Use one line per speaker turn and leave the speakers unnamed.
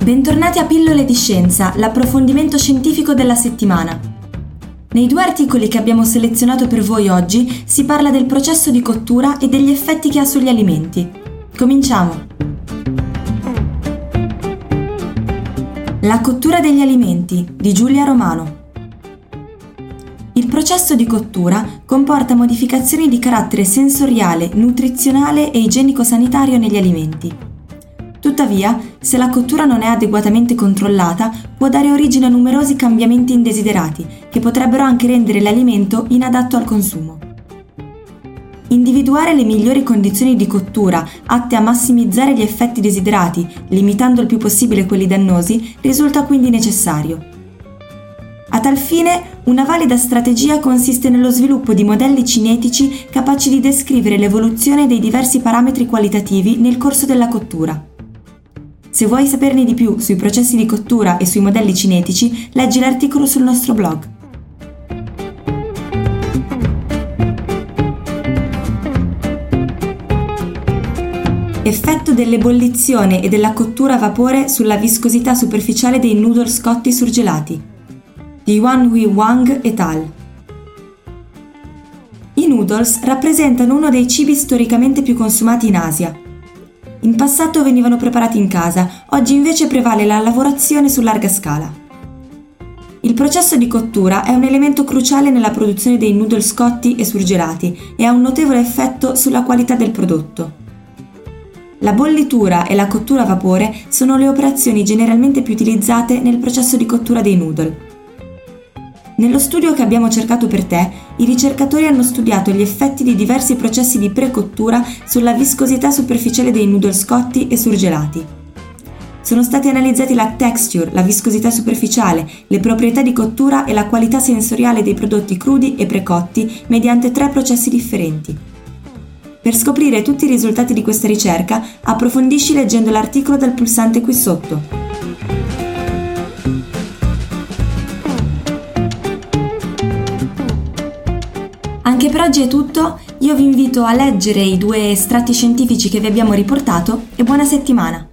Bentornati a Pillole di Scienza, l'approfondimento scientifico della settimana. Nei 2 articoli che abbiamo selezionato per voi oggi si parla del processo di cottura e degli effetti che ha sugli alimenti. Cominciamo! La cottura degli alimenti di Giulia Romano. Il processo di cottura comporta modificazioni di carattere sensoriale, nutrizionale e igienico-sanitario negli alimenti. Tuttavia, se la cottura non è adeguatamente controllata, può dare origine a numerosi cambiamenti indesiderati, che potrebbero anche rendere l'alimento inadatto al consumo. Individuare le migliori condizioni di cottura atte a massimizzare gli effetti desiderati, limitando il più possibile quelli dannosi, risulta quindi necessario. A tal fine, una valida strategia consiste nello sviluppo di modelli cinetici capaci di descrivere l'evoluzione dei diversi parametri qualitativi nel corso della cottura. Se vuoi saperne di più sui processi di cottura e sui modelli cinetici, leggi l'articolo sul nostro blog. Effetto dell'ebollizione e della cottura a vapore sulla viscosità superficiale dei noodles cotti surgelati di Yuanhui Wang et al. I noodles rappresentano uno dei cibi storicamente più consumati in Asia. In passato venivano preparati in casa, oggi invece prevale la lavorazione su larga scala. Il processo di cottura è un elemento cruciale nella produzione dei noodles cotti e surgelati e ha un notevole effetto sulla qualità del prodotto. La bollitura e la cottura a vapore sono le operazioni generalmente più utilizzate nel processo di cottura dei noodle. Nello studio che abbiamo cercato per te, i ricercatori hanno studiato gli effetti di diversi processi di precottura sulla viscosità superficiale dei noodles cotti e surgelati. Sono stati analizzati la texture, la viscosità superficiale, le proprietà di cottura e la qualità sensoriale dei prodotti crudi e precotti mediante 3 processi differenti. Per scoprire tutti i risultati di questa ricerca, approfondisci leggendo l'articolo dal pulsante qui sotto. Anche per oggi è tutto, io vi invito a leggere i 2 estratti scientifici che vi abbiamo riportato e buona settimana!